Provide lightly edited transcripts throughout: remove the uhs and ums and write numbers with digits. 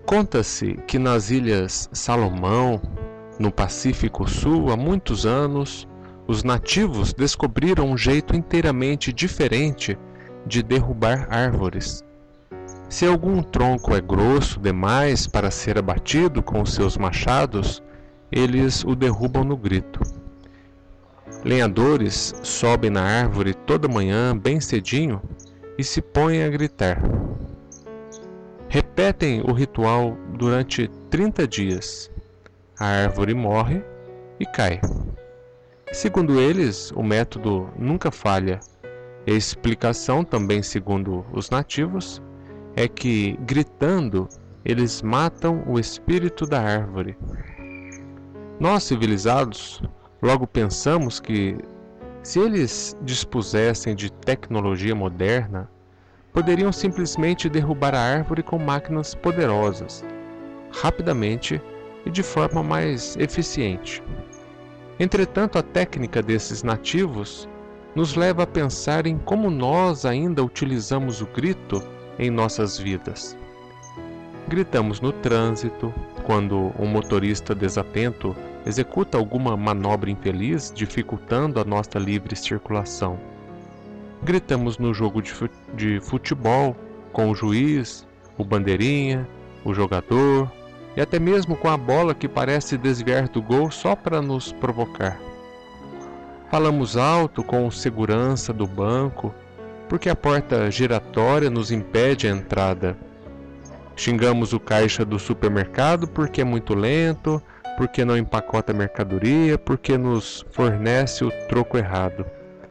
Conta-se que nas Ilhas Salomão, no Pacífico Sul, há muitos anos, os nativos descobriram um jeito inteiramente diferente de derrubar árvores. Se algum tronco é grosso demais para ser abatido com os seus machados, eles o derrubam no grito. Lenhadores sobem na árvore toda manhã, bem cedinho, e se põem a gritar. Repetem o ritual durante 30 dias. A árvore morre e cai. Segundo eles, o método nunca falha. E a explicação, também segundo os nativos, é que, gritando, eles matam o espírito da árvore. Nós, civilizados, logo pensamos que, se eles dispusessem de tecnologia moderna, poderiam simplesmente derrubar a árvore com máquinas poderosas, rapidamente e de forma mais eficiente. Entretanto, a técnica desses nativos nos leva a pensar em como nós ainda utilizamos o grito em nossas vidas. Gritamos no trânsito, quando um motorista desatento executa alguma manobra infeliz, dificultando a nossa livre circulação. Gritamos no jogo de futebol, com o juiz, o bandeirinha, o jogador e até mesmo com a bola que parece desviar do gol só para nos provocar. Falamos alto com o segurança do banco, porque a porta giratória nos impede a entrada. Xingamos o caixa do supermercado porque é muito lento, porque não empacota a mercadoria, porque nos fornece o troco errado.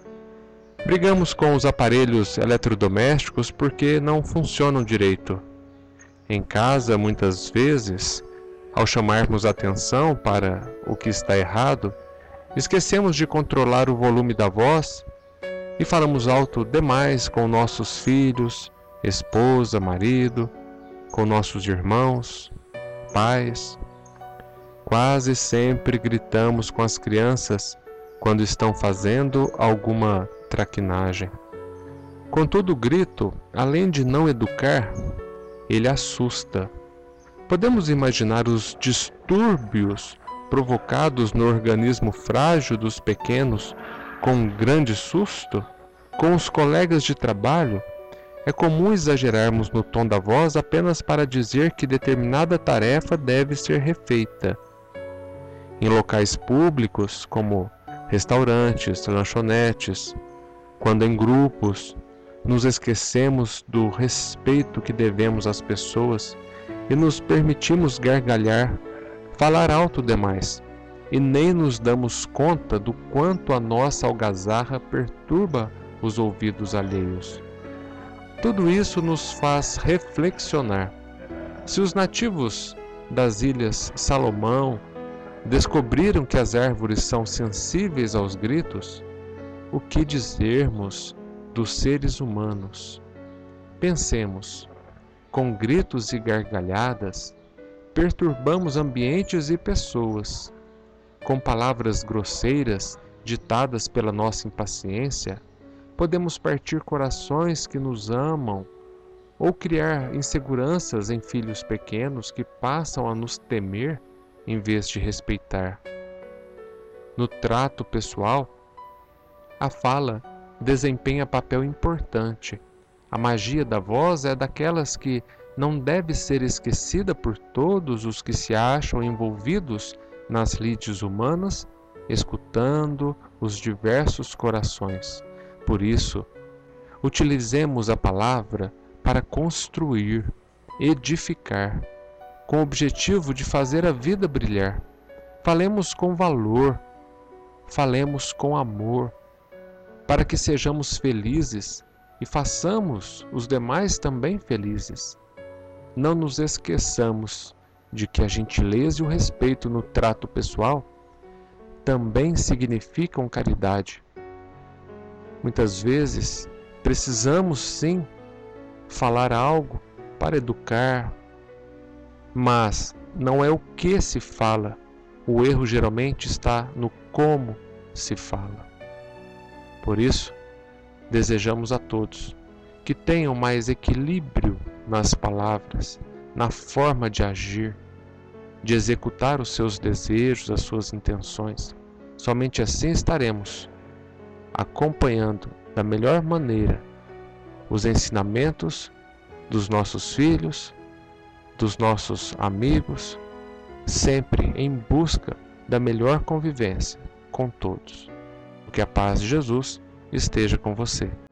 Brigamos com os aparelhos eletrodomésticos porque não funcionam direito. Em casa, muitas vezes, ao chamarmos atenção para o que está errado, esquecemos de controlar o volume da voz e falamos alto demais com nossos filhos, esposa, marido, com nossos irmãos, pais. Quase sempre gritamos com as crianças quando estão fazendo alguma traquinagem. Contudo, o grito, além de não educar, ele assusta. Podemos imaginar os distúrbios provocados no organismo frágil dos pequenos com um grande susto? Com os colegas de trabalho, é comum exagerarmos no tom da voz apenas para dizer que determinada tarefa deve ser refeita. Em locais públicos, como restaurantes, lanchonetes, quando em grupos, nos esquecemos do respeito que devemos às pessoas e nos permitimos gargalhar, falar alto demais, e nem nos damos conta do quanto a nossa algazarra perturba os ouvidos alheios. Tudo isso nos faz reflexionar. Se os nativos das Ilhas Salomão descobriram que as árvores são sensíveis aos gritos, o que dizermos dos seres humanos? Pensemos, com gritos e gargalhadas, perturbamos ambientes e pessoas. Com palavras grosseiras, ditadas pela nossa impaciência, podemos partir corações que nos amam ou criar inseguranças em filhos pequenos que passam a nos temer em vez de respeitar. No trato pessoal, a fala desempenha papel importante. A magia da voz é daquelas que não deve ser esquecida por todos os que se acham envolvidos nas lides humanas, escutando os diversos corações. Por isso, utilizemos a palavra para construir, edificar, com o objetivo de fazer a vida brilhar. Falemos com valor, falemos com amor, para que sejamos felizes e façamos os demais também felizes. Não nos esqueçamos de que a gentileza e o respeito no trato pessoal também significam caridade. Muitas vezes precisamos sim falar algo para educar, mas não é o que se fala. O erro geralmente está no como se fala. Por isso, desejamos a todos que tenham mais equilíbrio nas palavras, na forma de agir, de executar os seus desejos, as suas intenções. Somente assim estaremos acompanhando da melhor maneira os ensinamentos dos nossos filhos, dos nossos amigos, sempre em busca da melhor convivência com todos. Que a paz de Jesus esteja com você.